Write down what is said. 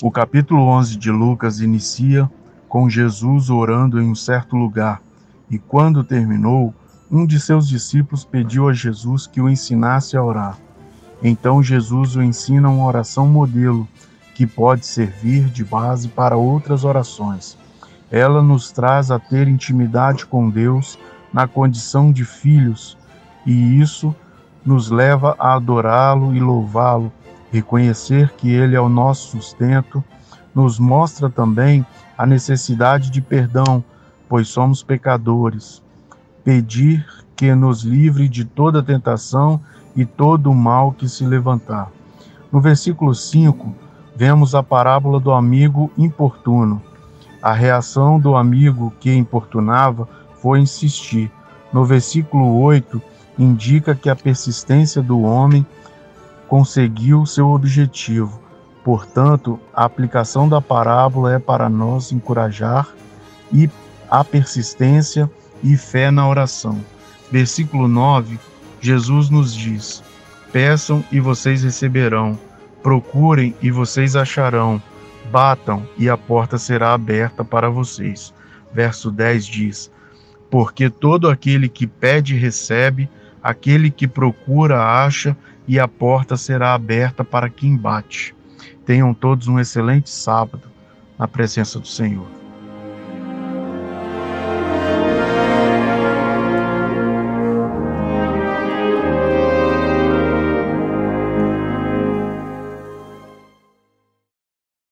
O capítulo 11 de Lucas inicia com Jesus orando em um certo lugar, e quando terminou, um de seus discípulos pediu a Jesus que o ensinasse a orar. Então Jesus o ensina uma oração modelo, que pode servir de base para outras orações. Ela nos traz a ter intimidade com Deus na condição de filhos, e isso nos leva a adorá-lo e louvá-lo, reconhecer que Ele é o nosso sustento. Nos mostra também a necessidade de perdão, pois somos pecadores. Pedir que nos livre de toda tentação e todo o mal que se levantar. No versículo 5, vemos a parábola do amigo importuno. A reação do amigo que importunava foi insistir. No versículo 8, indica que a persistência do homem conseguiu seu objetivo. Portanto, a aplicação da parábola é para nós encorajar a persistência e fé na oração. Versículo 9, Jesus nos diz: peçam e vocês receberão, procurem e vocês acharão, batam e a porta será aberta para vocês. Verso 10 diz: porque todo aquele que pede recebe, aquele que procura acha, e a porta será aberta para quem bate. Tenham todos um excelente sábado na presença do Senhor.